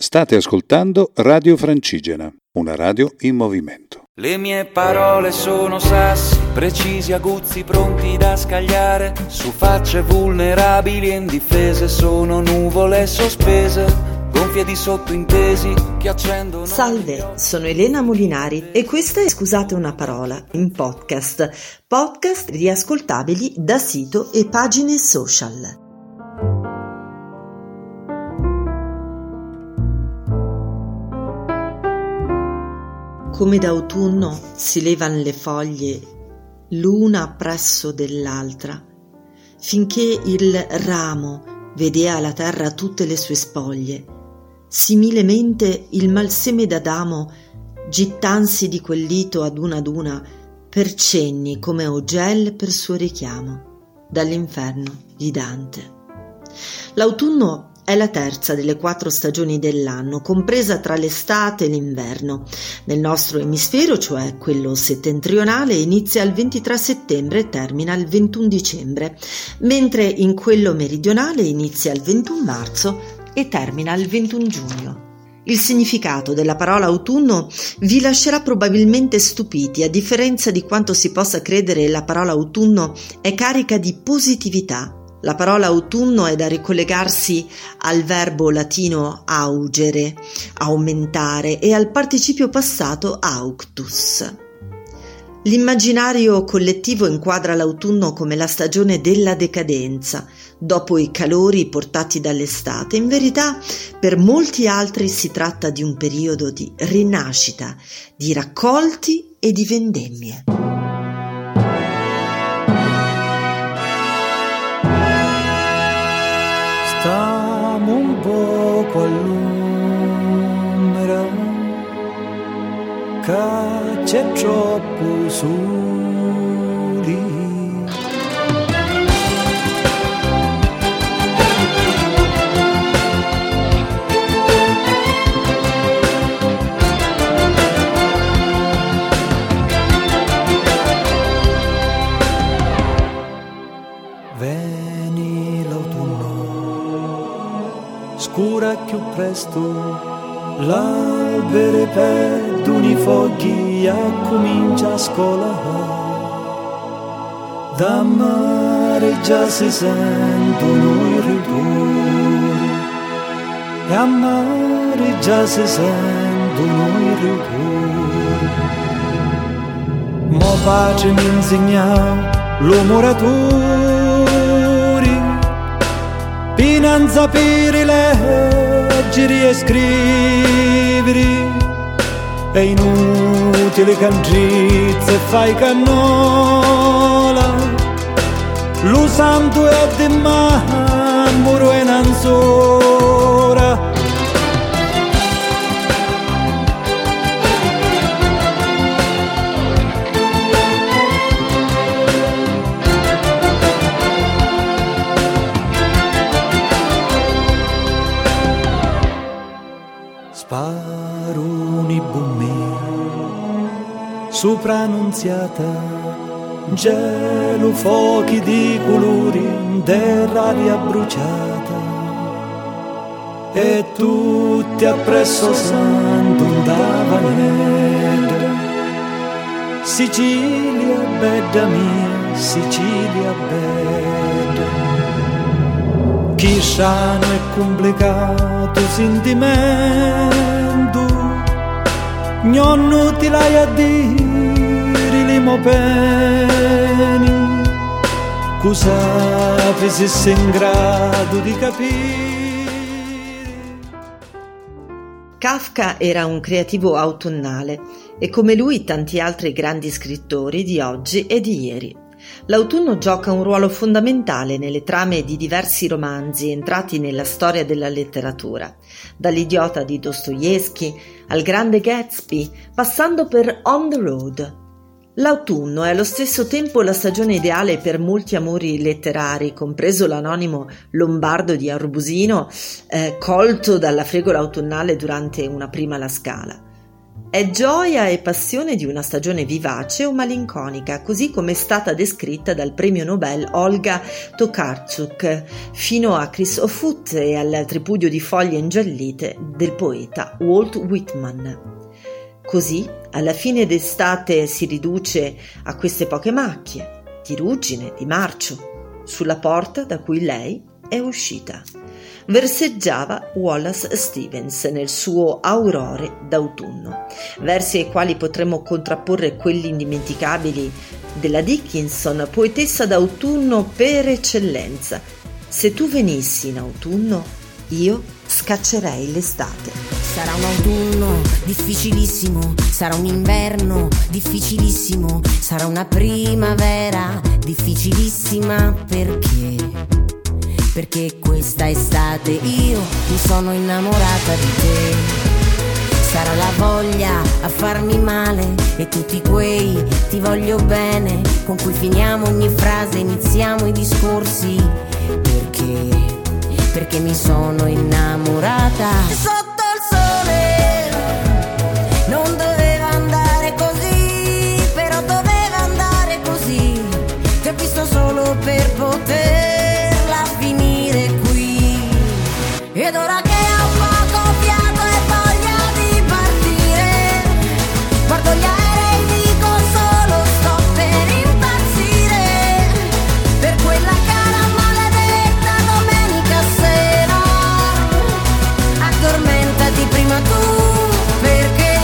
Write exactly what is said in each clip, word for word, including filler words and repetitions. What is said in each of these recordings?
State ascoltando Radio Francigena, una radio in movimento. Le mie parole sono sassi, precisi, aguzzi, pronti da scagliare su facce vulnerabili e indifese. Sono nuvole sospese, gonfie di sottointesi che accendono. Salve, sono Elena Molinari e questa è Scusate una parola, in podcast. Podcast riascoltabili da sito e pagine social. Come d'autunno si levan le foglie l'una appresso dell'altra, finché il ramo vedea la terra tutte le sue spoglie. Similemente il malseme d'Adamo, gittansi di quel lito ad una ad una, per cenni come Augel per suo richiamo, dall'inferno di Dante. L'autunno è la terza delle quattro stagioni dell'anno, compresa tra l'estate e l'inverno. Nel nostro emisfero, cioè quello settentrionale, inizia il ventitré settembre e termina il ventuno dicembre, mentre in quello meridionale inizia il ventuno marzo e termina il ventuno giugno. Il significato della parola autunno vi lascerà probabilmente stupiti. A differenza di quanto si possa credere, la parola autunno è carica di positività. La parola autunno è da ricollegarsi al verbo latino augere, aumentare, e al participio passato auctus. L'immaginario collettivo inquadra l'autunno come la stagione della decadenza, dopo i calori portati dall'estate. In verità, per molti altri si tratta di un periodo di rinascita, di raccolti e di vendemmie. Stiamo un poco all'ombra, che c'è troppo soli. Veni l'autunno, scura più presto, l'albero perdono i fogli e comincia a scolare. Da mare già si sentono i ritorni e a mare già si sentono i ritorni. Mo pace mi insegnò l'umoratori, pinanza per leggere e scrivere, è inutile cancizze e fai cannola, lo santo è di marmoro e nanzora. Sparoni bombe sopra Annunziata, gelo, fuochi di colori, terra bruciata, e tutti appresso santo davanti. Sicilia, bella mia, Sicilia bella, chi sano e complicato sentimento, non ti l'hai a dire li mo bene, cosa se sei in grado di capire. Kafka era un creativo autunnale e come lui tanti altri grandi scrittori di oggi e di ieri. L'autunno gioca un ruolo fondamentale nelle trame di diversi romanzi entrati nella storia della letteratura, dall'Idiota di Dostoevskij al Grande Gatsby, passando per On the Road. L'autunno è allo stesso tempo la stagione ideale per molti amori letterari, compreso l'anonimo Lombardo di Arbusino, eh, colto dalla fregola autunnale durante una prima La Scala. È gioia e passione di una stagione vivace o malinconica, così come è stata descritta dal premio Nobel Olga Tokarczuk, fino a Chris Offutt e al tripudio di foglie ingiallite del poeta Walt Whitman. Così, alla fine d'estate si riduce a queste poche macchie, di ruggine, di marcio, sulla porta da cui lei è uscita. Verseggiava Wallace Stevens nel suo Aurore d'autunno, versi ai quali potremmo contrapporre quelli indimenticabili della Dickinson, poetessa d'autunno per eccellenza. Se tu venissi in autunno, io scaccerei l'estate. Sarà un autunno difficilissimo, sarà un inverno difficilissimo, sarà una primavera difficilissima perché... Perché questa estate io mi sono innamorata di te. Sarà la voglia a farmi male e tutti quei ti voglio bene con cui finiamo ogni frase, iniziamo i discorsi. Perché? Perché mi sono innamorata. Sotto il sole non doveva andare così, però doveva andare così. Ti ho visto solo per poter ed ora che ho poco fiato e voglia di partire, guardo gli aerei e dico solo sto per impazzire, per quella cara maledetta domenica sera. Addormentati prima tu, perché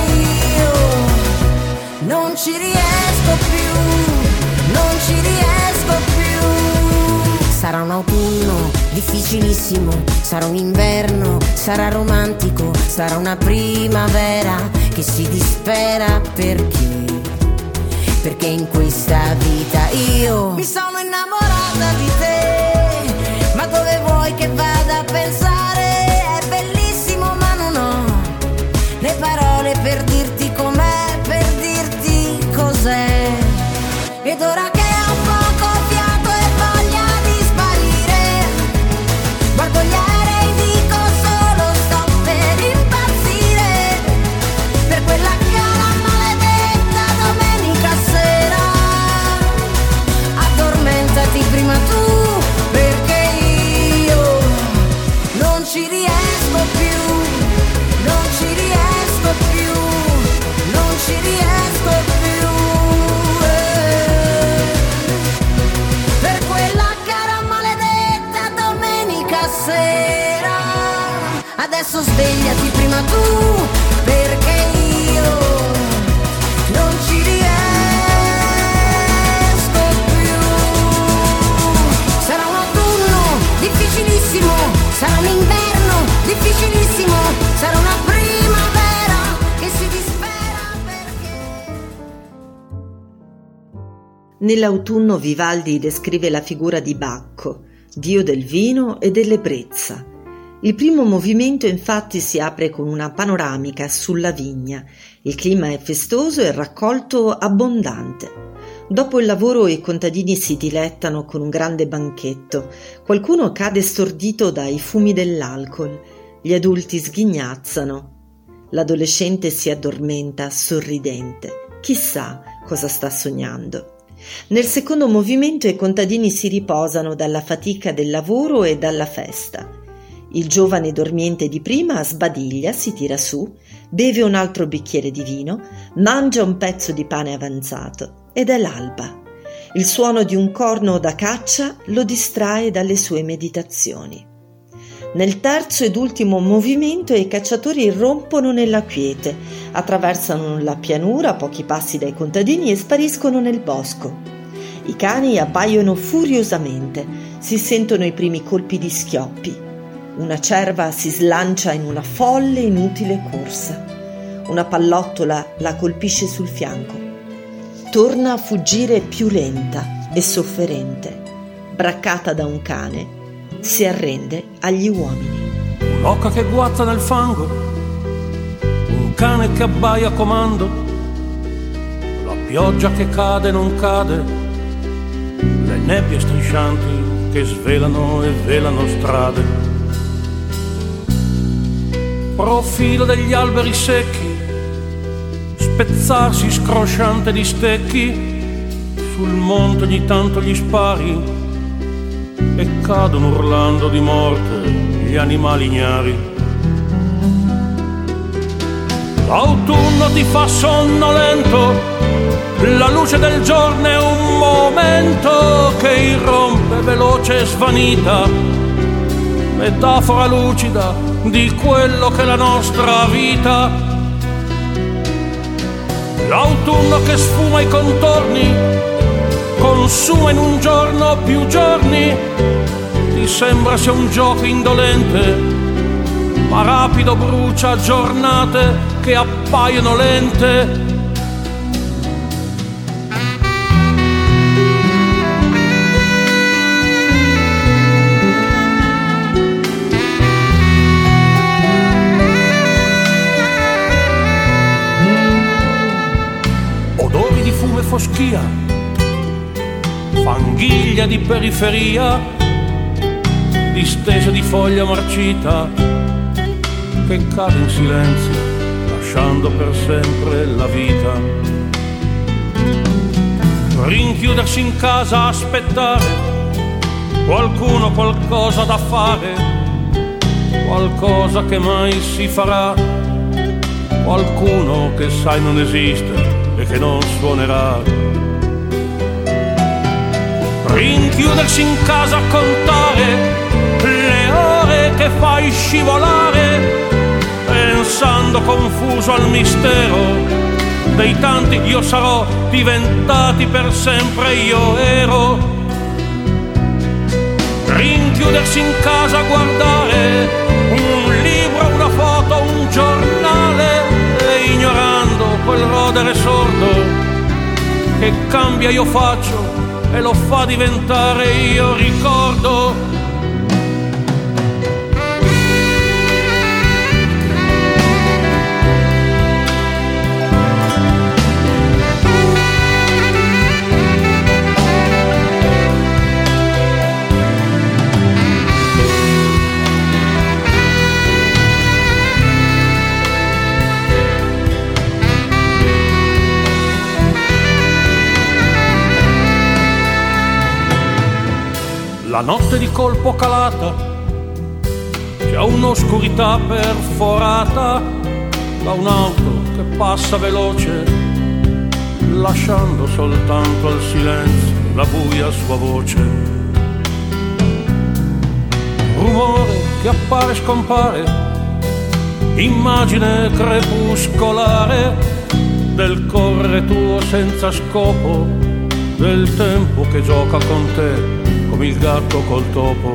io non ci riesco più, non ci riesco più. Sarà un autunno difficilissimo, sarà un inverno, sarà romantico, sarà una primavera che si dispera perché, perché in questa vita io mi sono innamorata di te, ma dove vuoi che vada a pensare? È bellissimo ma non ho le parole per dirti com'è, per dirti cos'è, ed ora che ho poco fiato e voglia di sparire, guardo gli aerei e dico solo sto per impazzire, per quella cara maledetta domenica sera. Addormentati prima tu, perché io non ci riesco più, non ci riesco più, non ci riesco più, eh. Per quella cara maledetta domenica sera. Adesso svegliati prima tu, perché io non ci riesco più. Sarà un autunno difficilissimo, sarà un inverno difficilissimo, sarà una primavera che si dispera perché... Nell'autunno Vivaldi descrive la figura di Bacco, dio del vino e dell'ebbrezza. Il primo movimento infatti si apre con una panoramica sulla vigna. Il clima è festoso e il raccolto abbondante. Dopo il lavoro i contadini si dilettano con un grande banchetto. Qualcuno cade stordito dai fumi dell'alcol. Gli adulti sghignazzano. L'adolescente si addormenta sorridente. Chissà cosa sta sognando. Nel secondo movimento i contadini si riposano dalla fatica del lavoro e dalla festa. Il giovane dormiente di prima sbadiglia, si tira su, beve un altro bicchiere di vino, mangia un pezzo di pane avanzato ed è l'alba. Il suono di un corno da caccia lo distrae dalle sue meditazioni. Nel terzo ed ultimo movimento i cacciatori irrompono nella quiete, attraversano la pianura a pochi passi dai contadini e spariscono nel bosco. I cani abbaiono furiosamente, si sentono i primi colpi di schioppi. Una cerva si slancia in una folle inutile corsa. Una pallottola la colpisce sul fianco. Torna a fuggire più lenta e sofferente. Braccata da un cane, si arrende agli uomini. Un'oca che guazza nel fango, un cane che abbaia a comando, la pioggia che cade e non cade, le nebbie striscianti che svelano e velano strade. Profilo degli alberi secchi, spezzarsi scrosciante di stecchi, sul monte ogni tanto gli spari e cadono urlando di morte gli animali ignari. L'autunno ti fa sonnolento, la luce del giorno è un momento che irrompe veloce e svanita, metafora lucida di quello che è la nostra vita. L'autunno che sfuma i contorni, consuma in un giorno più giorni, ti sembra sia un gioco indolente, ma rapido brucia giornate che appaiono lente. Odori di fumo e foschia, fanghiglia di periferia, distese di foglia marcita che cade in silenzio, lasciando per sempre la vita. Rinchiudersi in casa a aspettare qualcuno, qualcosa da fare, qualcosa che mai si farà, qualcuno che sai non esiste e che non suonerà. Rinchiudersi in casa a contare le ore che fai scivolare, pensando confuso al mistero dei tanti io sarò diventati per sempre io ero. Rinchiudersi in casa a guardare un libro, una foto, un giornale, e ignorando quel rodere sordo che cambia io faccio e lo fa diventare io ricordo. La notte di colpo calata, c'è un'oscurità perforata da un'auto che passa veloce, lasciando soltanto al silenzio la buia sua voce. Rumore che appare e scompare, immagine crepuscolare del correre tuo senza scopo, del tempo che gioca con te come il gatto col topo.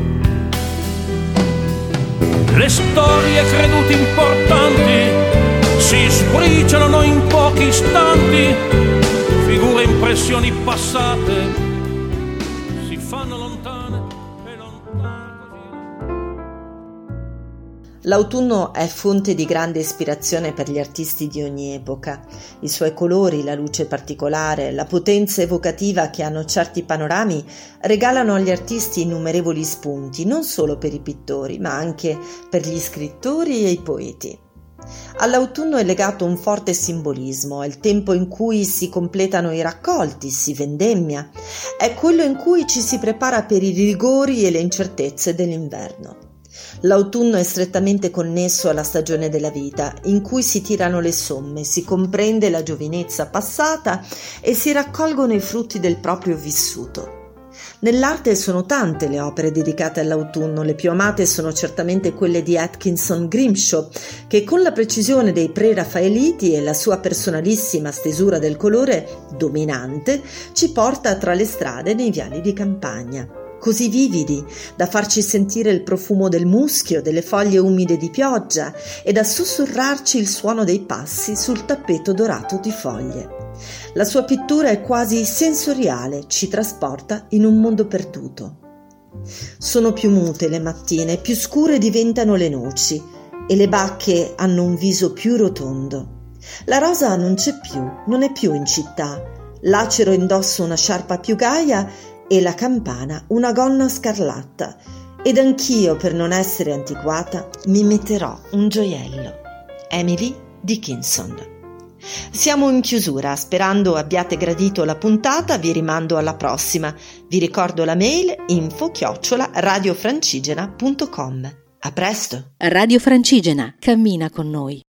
Le storie credute importanti si sbriciolano in pochi istanti, figure e impressioni passate si fanno lontane e lontane così. L'autunno è fonte di grande ispirazione per gli artisti di ogni epoca. I suoi colori, la luce particolare, la potenza evocativa che hanno certi panorami regalano agli artisti innumerevoli spunti, non solo per i pittori, ma anche per gli scrittori e i poeti. All'autunno è legato un forte simbolismo, è il tempo in cui si completano i raccolti, si vendemmia, è quello in cui ci si prepara per i rigori e le incertezze dell'inverno. L'autunno è strettamente connesso alla stagione della vita, in cui si tirano le somme, si comprende la giovinezza passata e si raccolgono i frutti del proprio vissuto. Nell'arte sono tante le opere dedicate all'autunno, le più amate sono certamente quelle di Atkinson Grimshaw, che con la precisione dei pre-raffaeliti e la sua personalissima stesura del colore dominante ci porta tra le strade nei viali di campagna. Così vividi da farci sentire il profumo del muschio, delle foglie umide di pioggia e da sussurrarci il suono dei passi sul tappeto dorato di foglie. La sua pittura è quasi sensoriale, ci trasporta in un mondo perduto. Sono più mute le mattine, più scure diventano le noci e le bacche hanno un viso più rotondo. La rosa non c'è più, non è più in città. L'acero indossa una sciarpa più gaia e la campana una gonna scarlatta, ed anch'io, per non essere antiquata, mi metterò un gioiello. Emily Dickinson. Siamo in chiusura, sperando abbiate gradito la puntata, vi rimando alla prossima. Vi ricordo la mail info chiocciola radiofrancigena punto com. A presto! Radio Francigena, cammina con noi.